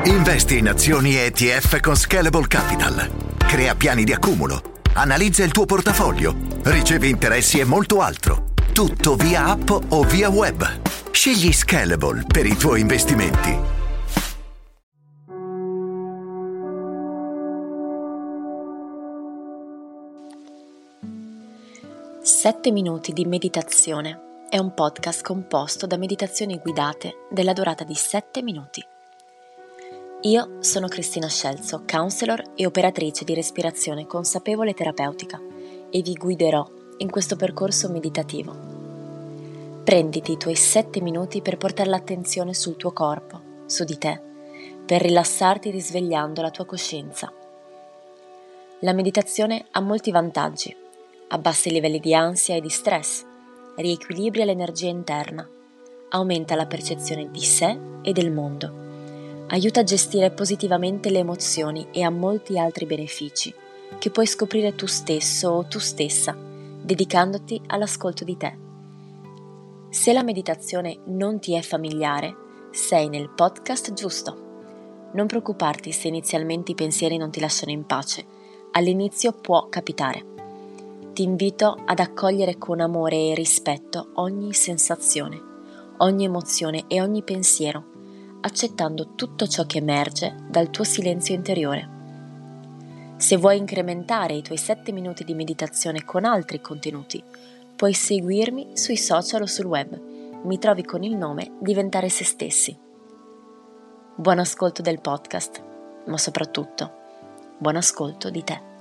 Investi in azioni ETF con Scalable Capital. Crea piani di accumulo. Analizza il tuo portafoglio. Ricevi interessi e molto altro. Tutto via app o via web. Scegli Scalable per i tuoi investimenti. 7 minuti di meditazione è un podcast composto da meditazioni guidate della durata di 7 minuti. Io sono Cristina Scelzo, counselor e operatrice di respirazione consapevole e terapeutica, e vi guiderò in questo percorso meditativo. Prenditi i tuoi 7 minuti per portare l'attenzione sul tuo corpo, su di te, per rilassarti risvegliando la tua coscienza. La meditazione ha molti vantaggi. Abbassa i livelli di ansia e di stress, riequilibria l'energia interna, aumenta la percezione di sé e del mondo, aiuta a gestire positivamente le emozioni e ha molti altri benefici che puoi scoprire tu stesso o tu stessa, dedicandoti all'ascolto di te. Se la meditazione non ti è familiare, sei nel podcast giusto. Non preoccuparti se inizialmente i pensieri non ti lasciano in pace, all'inizio può capitare. Ti invito ad accogliere con amore e rispetto ogni sensazione, ogni emozione e ogni pensiero, accettando tutto ciò che emerge dal tuo silenzio interiore. Se vuoi incrementare i tuoi 7 minuti di meditazione con altri contenuti, puoi seguirmi sui social o sul web. Mi trovi con il nome Diventare se stessi. Buon ascolto del podcast, ma soprattutto buon ascolto di te.